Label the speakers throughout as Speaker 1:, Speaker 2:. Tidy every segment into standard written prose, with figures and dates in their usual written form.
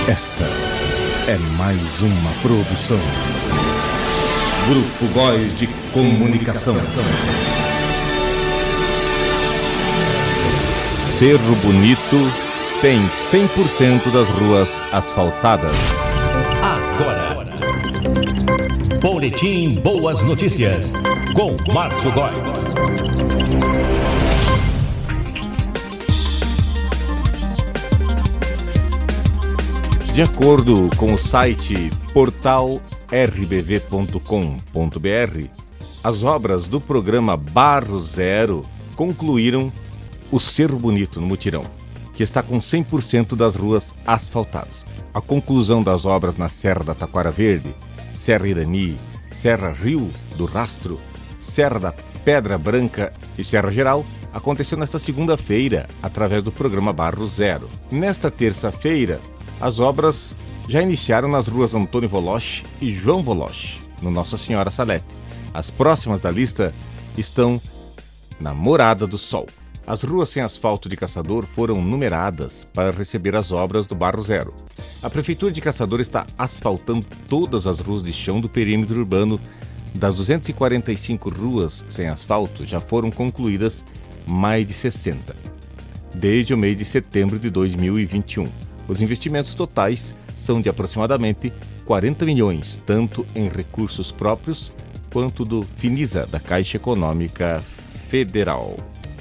Speaker 1: Esta é mais uma produção Grupo Góes de Comunicação. Cerro Bonito tem 100% das ruas asfaltadas.
Speaker 2: Agora, Boletim Boas Notícias, com Márcio Góes.
Speaker 1: De acordo com o site portal rbv.com.br, as obras do programa Barro Zero concluíram o Cerro Bonito no Mutirão, que está com 100% das ruas asfaltadas. A conclusão das obras na Serra da Taquara Verde, Serra Irani, Serra Rio do Rastro, Serra da Pedra Branca e Serra Geral aconteceu nesta segunda-feira, através do programa Barro Zero. Nesta terça-feira, as obras já iniciaram nas ruas Antônio Voloche e João Voloche, no Nossa Senhora Salete. As próximas da lista estão na Morada do Sol. As ruas sem asfalto de Caçador foram numeradas para receber as obras do Barro Zero. A Prefeitura de Caçador está asfaltando todas as ruas de chão do perímetro urbano. Das 245 ruas sem asfalto, já foram concluídas mais de 60, desde o mês de setembro de 2021. Os investimentos totais são de aproximadamente 40 milhões, tanto em recursos próprios quanto do Finisa, da Caixa Econômica Federal.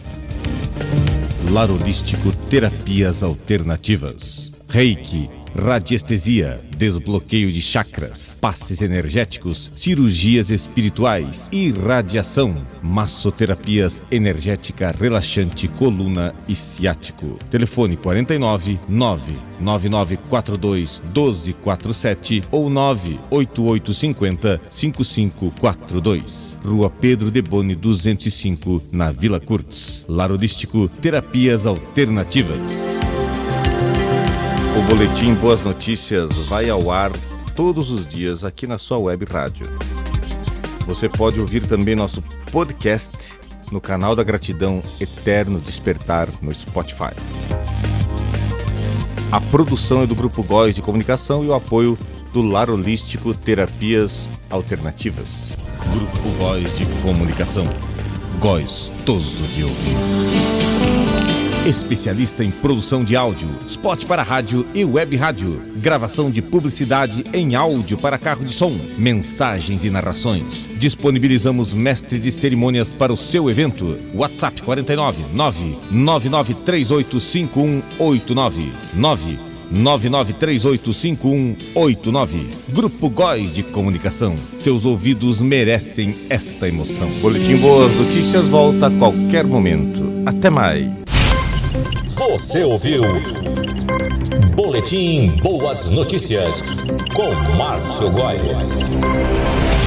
Speaker 1: Lar Holístico Terapias Alternativas. Reiki, radiestesia, desbloqueio de chakras, passes energéticos, cirurgias espirituais, irradiação, massoterapias energética, relaxante, coluna e ciático. Telefone 49 99942 1247 ou 98850 5542. Rua Pedro Deboni 205, na Vila Curtis. Lar Holístico Terapias Alternativas. O Boletim Boas Notícias vai ao ar todos os dias aqui na sua web rádio. Você pode ouvir também nosso podcast no canal da Gratidão Eterno Despertar no Spotify. A produção é do Grupo Góes de Comunicação e o apoio do Lar Holístico Terapias Alternativas. Grupo Góes de Comunicação. Gostoso de ouvir. Especialista em produção de áudio, spot para rádio e web rádio, gravação de publicidade em áudio para carro de som, mensagens e narrações. Disponibilizamos mestre de cerimônias para o seu evento. WhatsApp 49 999385189 999385189. Grupo Góes de Comunicação. Seus ouvidos merecem esta emoção. Boletim Boas Notícias volta a qualquer momento. Até mais.
Speaker 2: Você ouviu Boletim Boas Notícias com Márcio Góes.